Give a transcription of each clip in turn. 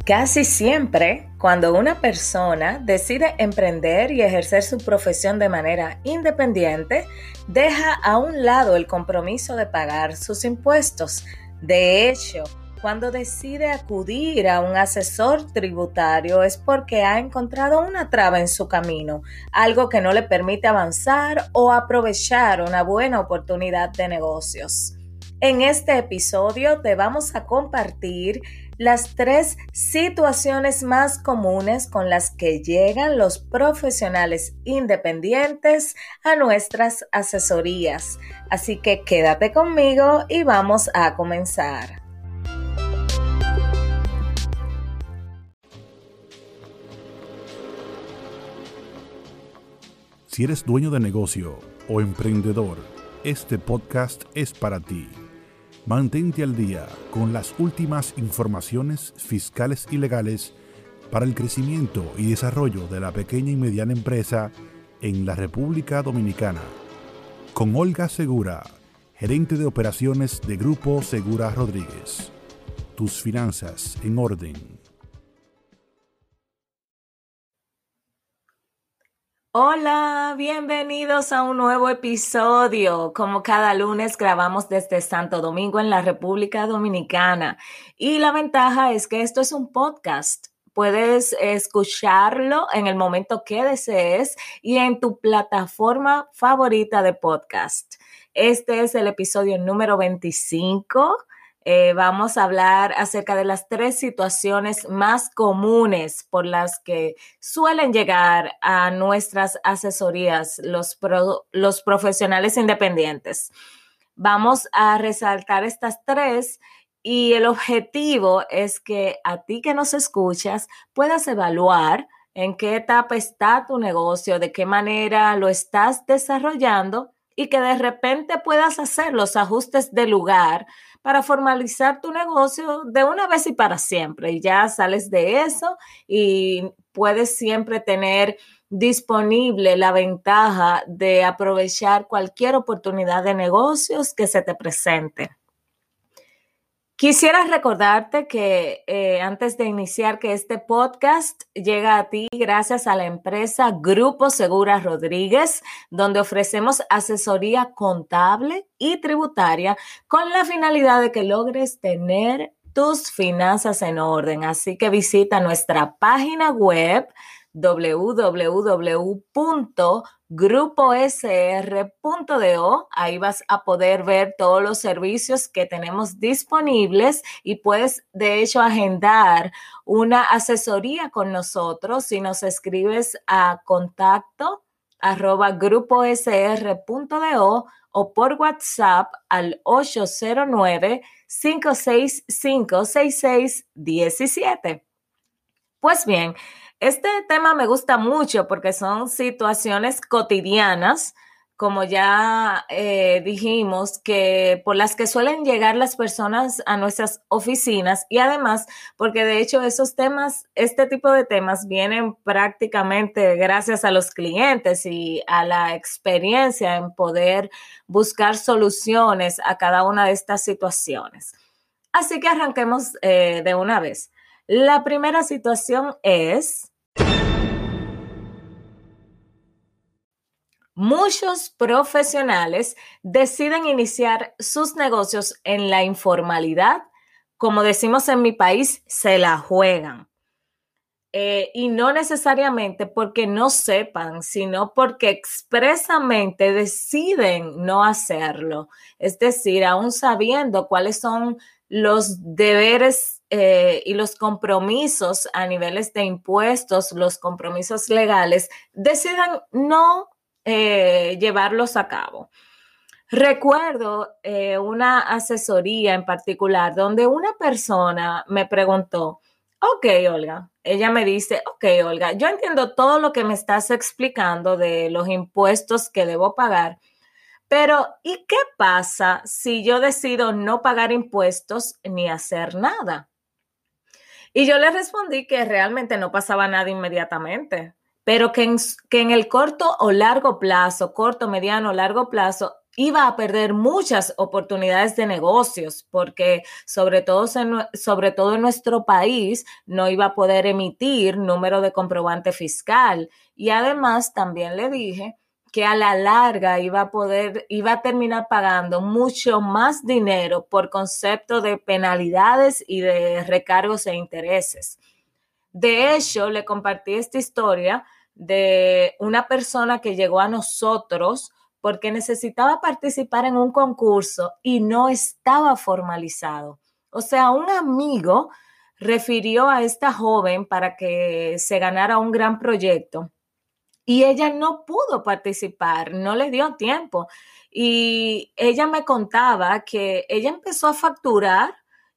Casi siempre, cuando una persona decide emprender y ejercer su profesión de manera independiente, deja a un lado el compromiso de pagar sus impuestos. De hecho, cuando decide acudir a un asesor tributario es porque ha encontrado una traba en su camino, algo que no le permite avanzar o aprovechar una buena oportunidad de negocios. En este episodio te vamos a compartir las 3 situaciones más comunes con las que llegan los profesionales independientes a nuestras asesorías. Así que quédate conmigo y vamos a comenzar. Si eres dueño de negocio o emprendedor, este podcast es para ti. Mantente al día con las últimas informaciones fiscales y legales para el crecimiento y desarrollo de la pequeña y mediana empresa en la República Dominicana. Con Olga Segura, gerente de operaciones de Grupo Segura Rodríguez. Tus finanzas en orden. Hola, bienvenidos a un nuevo episodio. Como cada lunes grabamos desde Santo Domingo en la República Dominicana. Y la ventaja es que esto es un podcast. Puedes escucharlo en el momento que desees y en tu plataforma favorita de podcast. Este es el episodio número 25. Vamos a hablar acerca de las 3 situaciones más comunes por las que suelen llegar a nuestras asesorías los profesionales independientes. Vamos a resaltar estas 3 y el objetivo es que a ti que nos escuchas puedas evaluar en qué etapa está tu negocio, de qué manera lo estás desarrollando y que de repente puedas hacer los ajustes de lugar para formalizar tu negocio de una vez y para siempre. Y ya sales de eso y puedes siempre tener disponible la ventaja de aprovechar cualquier oportunidad de negocios que se te presente. Quisiera recordarte que antes de iniciar que este podcast llega a ti gracias a la empresa Grupo Segura Rodríguez, donde ofrecemos asesoría contable y tributaria con la finalidad de que logres tener tus finanzas en orden. Así que visita nuestra página web www.gruposr.do. Ahí vas a poder ver todos los servicios que tenemos disponibles y puedes de hecho agendar una asesoría con nosotros si nos escribes a contacto@gruposr.do o por WhatsApp al 809-565-6617. Pues bien, este tema me gusta mucho porque son situaciones cotidianas, como ya dijimos, que por las que suelen llegar las personas a nuestras oficinas y además porque de hecho este tipo de temas vienen prácticamente gracias a los clientes y a la experiencia en poder buscar soluciones a cada una de estas situaciones. Así que arranquemos de una vez. La primera situación es: muchos profesionales deciden iniciar sus negocios en la informalidad. Como decimos en mi país, se la juegan. Y no necesariamente porque no sepan, sino porque expresamente deciden no hacerlo. Es decir, aún sabiendo cuáles son los deberes y los compromisos a niveles de impuestos, los compromisos legales, deciden no llevarlos a cabo. Recuerdo una asesoría en particular donde una persona me preguntó: ok, Olga, ella me dice, ok, Olga, yo entiendo todo lo que me estás explicando de los impuestos que debo pagar, pero ¿y qué pasa si yo decido no pagar impuestos ni hacer nada? Y yo le respondí que realmente no pasaba nada inmediatamente, pero que en el corto o largo plazo, corto, mediano, largo plazo, iba a perder muchas oportunidades de negocios porque sobre todo en nuestro país no iba a poder emitir número de comprobante fiscal. Y además también le dije que a la larga iba a terminar pagando mucho más dinero por concepto de penalidades y de recargos e intereses. De hecho, le compartí esta historia de una persona que llegó a nosotros porque necesitaba participar en un concurso y no estaba formalizado. O sea, un amigo refirió a esta joven para que se ganara un gran proyecto y ella no pudo participar, no le dio tiempo. Y ella me contaba que ella empezó a facturar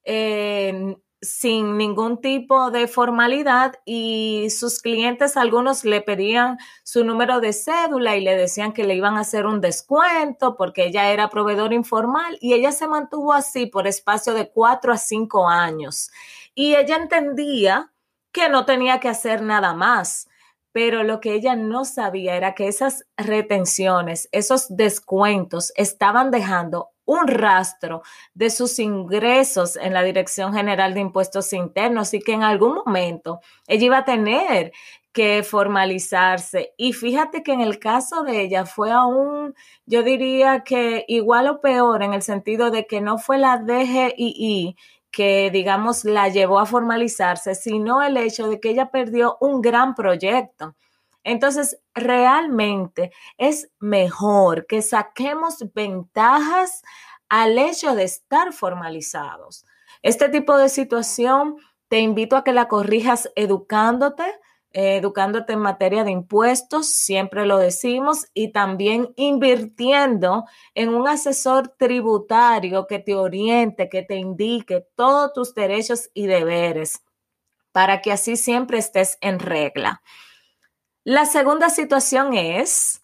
sin ningún tipo de formalidad y sus clientes, algunos le pedían su número de cédula y le decían que le iban a hacer un descuento porque ella era proveedor informal y ella se mantuvo así por espacio de 4 a 5 años. Y ella entendía que no tenía que hacer nada más. Pero lo que ella no sabía era que esas retenciones, esos descuentos estaban dejando un rastro de sus ingresos en la Dirección General de Impuestos Internos y que en algún momento ella iba a tener que formalizarse. Y fíjate que en el caso de ella fue aún, yo diría que igual o peor en el sentido de que no fue la DGII que, digamos, la llevó a formalizarse, sino el hecho de que ella perdió un gran proyecto. Entonces, realmente es mejor que saquemos ventajas al hecho de estar formalizados. Este tipo de situación te invito a que la corrijas educándote en materia de impuestos, siempre lo decimos, y también invirtiendo en un asesor tributario que te oriente, que te indique todos tus derechos y deberes, para que así siempre estés en regla. La segunda situación es: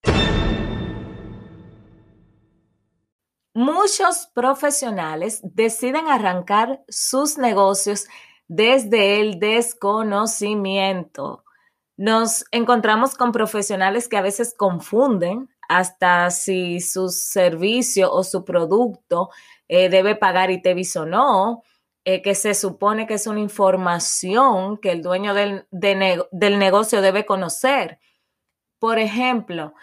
muchos profesionales deciden arrancar sus negocios desde el desconocimiento. Nos encontramos con profesionales que a veces confunden hasta si su servicio o su producto debe pagar ITEVIS o no, que se supone que es una información que el dueño del negocio debe conocer. Por ejemplo,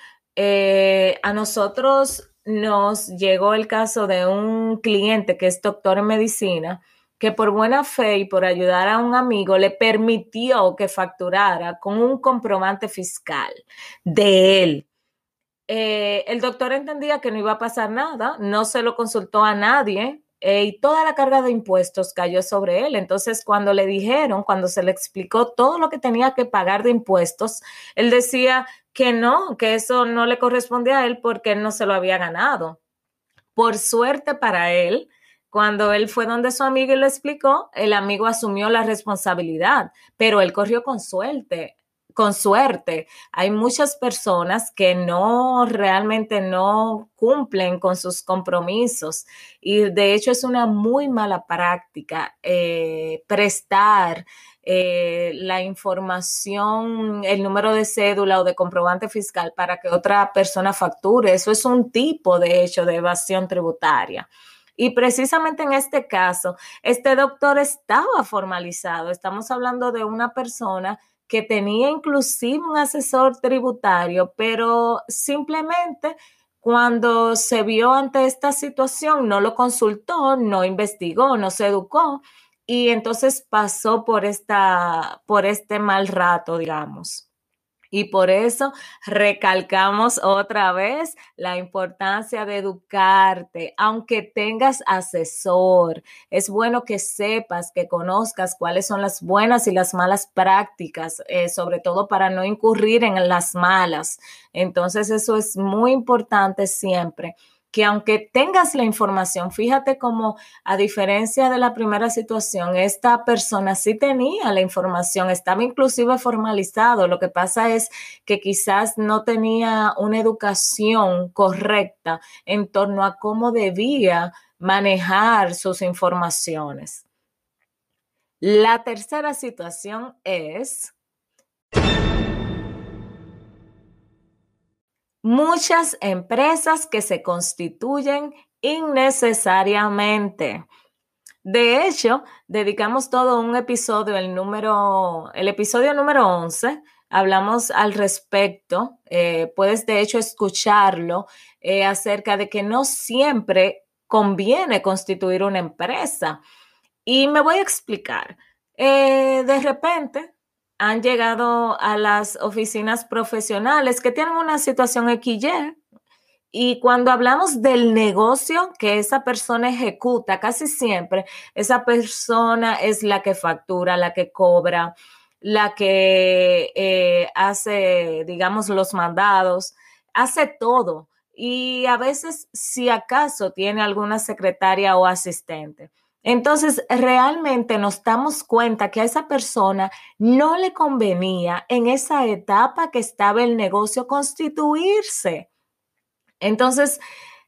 a nosotros nos llegó el caso de un cliente que es doctor en medicina, que por buena fe y por ayudar a un amigo le permitió que facturara con un comprobante fiscal de él. El doctor entendía que no iba a pasar nada, no se lo consultó a nadie y toda la carga de impuestos cayó sobre él. Entonces, cuando se le explicó todo lo que tenía que pagar de impuestos, él decía que no, que eso no le correspondía a él porque él no se lo había ganado. Por suerte para él, cuando él fue donde su amigo y le explicó, el amigo asumió la responsabilidad, pero él corrió con suerte. Con suerte, hay muchas personas que realmente no cumplen con sus compromisos y de hecho es una muy mala práctica prestar la información, el número de cédula o de comprobante fiscal para que otra persona facture. Eso es un tipo de hecho de evasión tributaria. Y precisamente en este caso, este doctor estaba formalizado. Estamos hablando de una persona que tenía inclusive un asesor tributario, pero simplemente cuando se vio ante esta situación no lo consultó, no investigó, no se educó y entonces pasó por este mal rato, digamos. Y por eso recalcamos otra vez la importancia de educarte, aunque tengas asesor. Es bueno que sepas, que conozcas cuáles son las buenas y las malas prácticas, sobre todo para no incurrir en las malas. Entonces, eso es muy importante siempre, que aunque tengas la información, fíjate cómo a diferencia de la primera situación, esta persona sí tenía la información, estaba inclusive formalizado. Lo que pasa es que quizás no tenía una educación correcta en torno a cómo debía manejar sus informaciones. La tercera situación es: muchas empresas que se constituyen innecesariamente. De hecho, dedicamos todo un episodio, el episodio número 11, hablamos al respecto. Puedes de hecho escucharlo acerca de que no siempre conviene constituir una empresa. Y me voy a explicar. De repente han llegado a las oficinas profesionales que tienen una situación XY, y cuando hablamos del negocio que esa persona ejecuta, casi siempre esa persona es la que factura, la que cobra, la que hace, digamos, los mandados, hace todo. Y a veces, si acaso, tiene alguna secretaria o asistente. Entonces, realmente nos damos cuenta que a esa persona no le convenía en esa etapa que estaba el negocio constituirse. Entonces,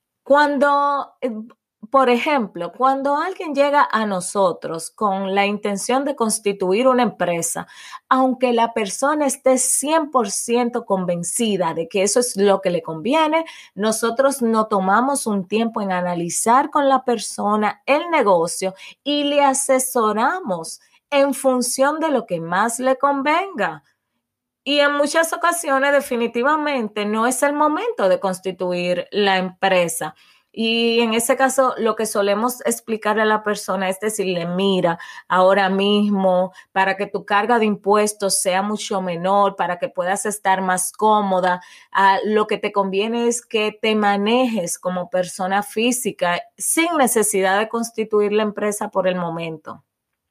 cuando, por ejemplo, cuando alguien llega a nosotros con la intención de constituir una empresa, aunque la persona esté 100% convencida de que eso es lo que le conviene, nosotros no tomamos un tiempo en analizar con la persona el negocio y le asesoramos en función de lo que más le convenga. Y en muchas ocasiones definitivamente no es el momento de constituir la empresa. Y en ese caso lo que solemos explicarle a la persona es decirle, mira, ahora mismo para que tu carga de impuestos sea mucho menor, para que puedas estar más cómoda, lo que te conviene es que te manejes como persona física sin necesidad de constituir la empresa por el momento.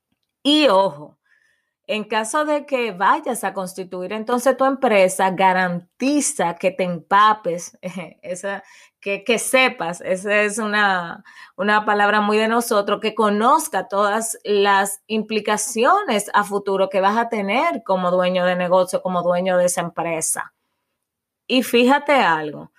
Y ojo, en caso de que vayas a constituir entonces tu empresa, garantiza que te empapes, que sepas, esa es una palabra muy de nosotros, que conozca todas las implicaciones a futuro que vas a tener como dueño de negocio, como dueño de esa empresa. Y fíjate algo,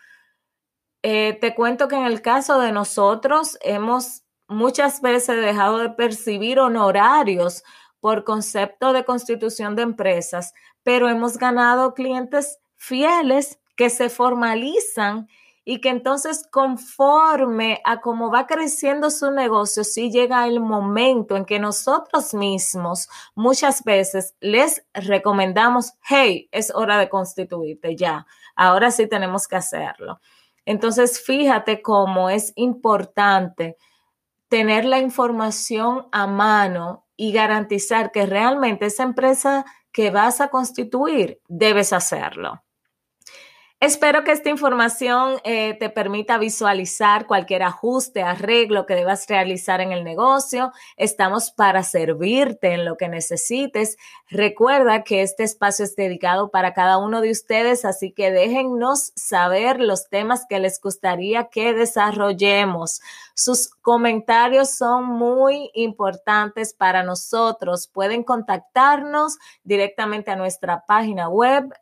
te cuento que en el caso de nosotros hemos muchas veces dejado de percibir honorarios por concepto de constitución de empresas, pero hemos ganado clientes fieles que se formalizan y que entonces conforme a cómo va creciendo su negocio, sí llega el momento en que nosotros mismos muchas veces les recomendamos, hey, es hora de constituirte ya, ahora sí tenemos que hacerlo. Entonces, fíjate cómo es importante tener la información a mano y garantizar que realmente esa empresa que vas a constituir debes hacerlo. Espero que esta información te permita visualizar cualquier ajuste, arreglo que debas realizar en el negocio. Estamos para servirte en lo que necesites. Recuerda que este espacio es dedicado para cada uno de ustedes, así que déjennos saber los temas que les gustaría que desarrollemos. Sus comentarios son muy importantes para nosotros. Pueden contactarnos directamente a nuestra página web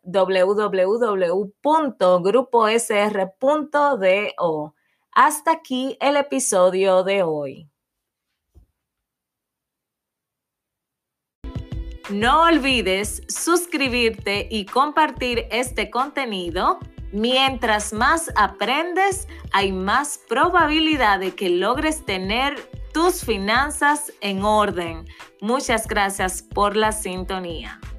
www.gruposr.do. Hasta aquí el episodio de hoy. No olvides suscribirte y compartir este contenido. Mientras más aprendes, hay más probabilidad de que logres tener tus finanzas en orden. Muchas gracias por la sintonía.